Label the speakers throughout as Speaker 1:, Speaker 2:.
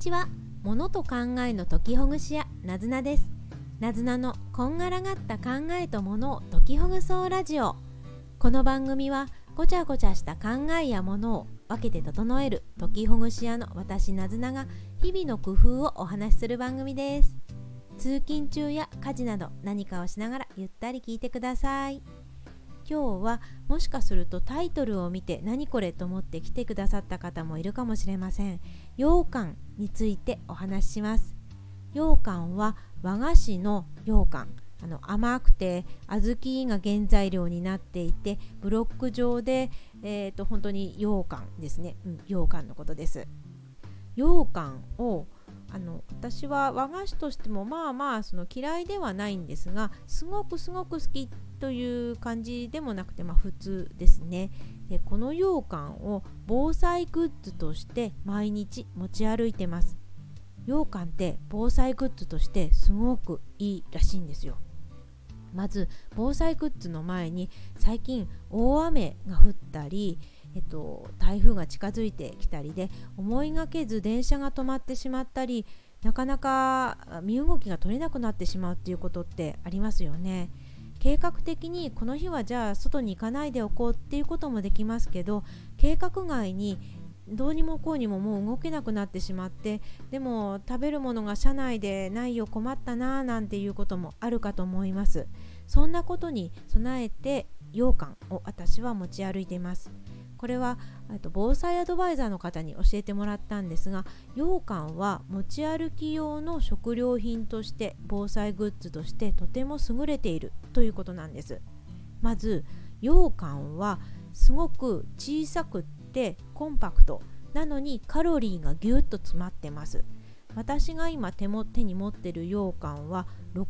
Speaker 1: ちは。物と考えの解きほぐし屋なずなです。なずなのこんがらがった考えと物を解きほぐそうラジオ。この番組はごちゃごちゃした考えや物を分けて整える解きほぐし屋の私なずなが日々の工夫をお話しする番組です。通勤中や家事など何かをしながらゆったり聞いてください。今日はもしかするとタイトルを見て何これと思って来てくださった方もいるかもしれません。羊羹についてお話しします。羊羹は和菓子の羊羹、甘くて小豆が原材料になっていてブロック状で、本当に羊羹ですね、羊羹のことです。羊羹を私は和菓子としてもその嫌いではないんですが、すごく好きという感じでもなくて普通ですね。でこの羊羹を防災グッズとして毎日持ち歩いてます。羊羹って防災グッズとしてすごくいいらしいんですよ。まず防災グッズの前に最近大雨が降ったり台風が近づいてきたりで思いがけず電車が止まってしまったり、なかなか身動きが取れなくなってしまうっていうことってありますよね。計画的にこの日はじゃあ外に行かないでおこうっていうこともできますけど、計画外にどうにもこうにももう動けなくなってしまって、でも食べるものが車内でないよ困ったななんていうこともあるかと思います。そんなことに備えて羊羹を私は持ち歩いています。これは防災アドバイザーの方に教えてもらったんですが、羊羹は持ち歩き用の食料品として防災グッズとしてとても優れているということなんです。まず羊羹はすごく小さくってコンパクトなのにカロリーがぎゅっと詰まってます。私が今手に持っている羊羹は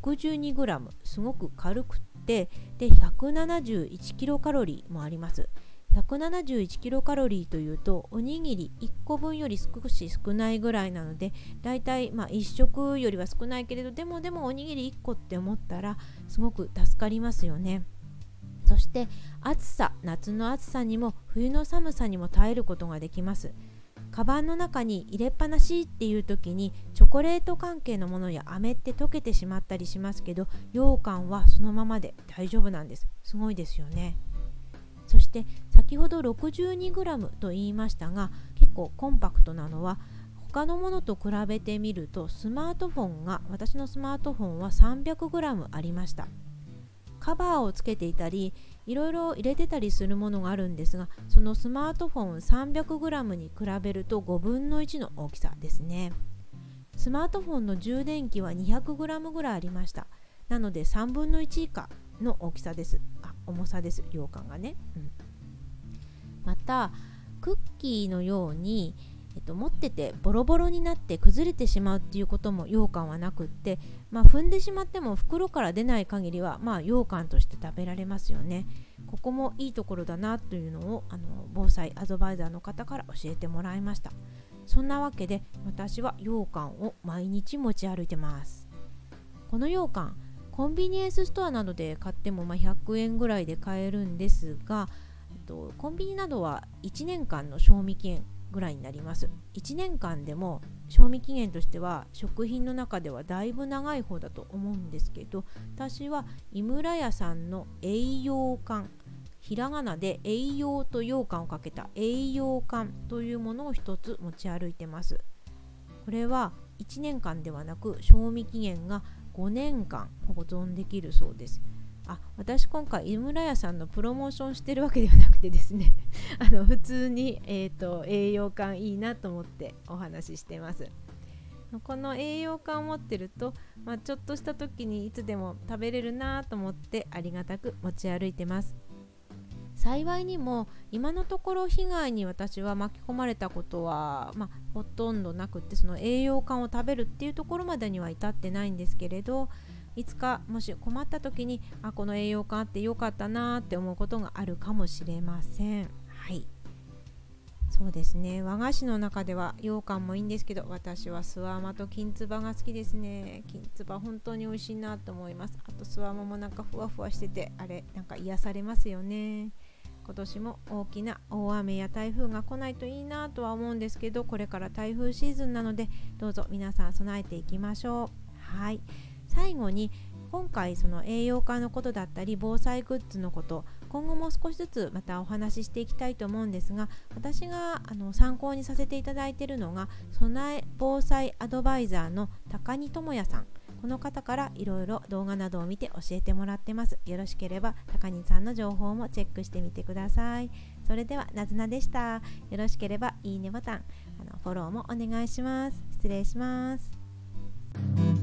Speaker 1: 62g、 すごく軽くってで171キロカロリーもあります。171キロカロリーというとおにぎり1個分より少し少ないぐらいなので、だいたい1食よりは少ないけれど、でもおにぎり1個って思ったらすごく助かりますよね。そして夏の暑さにも冬の寒さにも耐えることができます。カバンの中に入れっぱなしっていう時にチョコレート関係のものや飴って溶けてしまったりしますけど、羊羹はそのままで大丈夫なんです。すごいですよね。そして先ほど 62g と言いましたが、結構コンパクトなのは他のものと比べてみると、私のスマートフォンは 300g ありました。カバーをつけていたりいろいろ入れてたりするものがあるんですが、そのスマートフォン 300g に比べると5分の1の大きさですね。スマートフォンの充電器は 200g ぐらいありました。なので3分の1以下の大きさです。重さです、羊羹がね。またクッキーのように持っててボロボロになって崩れてしまうっていうことも羊羹はなくって、踏んでしまっても袋から出ない限りは羊羹として食べられますよね。ここもいいところだなというのを防災アドバイザーの方から教えてもらいました。そんなわけで私は羊羹を毎日持ち歩いてます。この羊羹コンビニエンスストアなどで買っても100円ぐらいで買えるんですが、コンビニなどは1年間の賞味期限ぐらいになります。1年間でも賞味期限としては食品の中ではだいぶ長い方だと思うんですけど、私は井村屋さんの栄養羹、ひらがなで栄養と羊羹をかけた栄養羹というものを一つ持ち歩いてます。これは1年間ではなく賞味期限が5年間保存できるそうです。私今回井村屋さんのプロモーションしてるわけではなくてですね普通に、栄養羹いいなと思ってお話ししてます。この栄養羹を持ってると、ちょっとした時にいつでも食べれるなと思ってありがたく持ち歩いてます。幸いにも今のところ被害に私は巻き込まれたことは、ほとんどなくって、その栄養羹を食べるっていうところまでには至ってないんですけれど、いつかもし困った時にこの栄養羹あってよかったなって思うことがあるかもしれません。そうですね。和菓子の中では羊羹もいいんですけど、私はスワマときんつばが好きですね。きんつば本当に美味しいなと思います。あとスワマもふわふわしてて、なんか癒されますよね。 今年も大きな大雨や台風が来ないといいなとは思うんですけど、これから台風シーズンなのでどうぞ皆さん備えていきましょう。はい、最後に今回その栄養科のことだったり防災グッズのこと、今後も少しずつまたお話ししていきたいと思うんですが、私が参考にさせていただいているのが備え防災アドバイザーの高荷智也さん、この方からいろいろ動画などを見て教えてもらってます。よろしければ高荷さんの情報もチェックしてみてください。それではなずなでした。よろしければいいねボタン、フォローもお願いします。失礼します。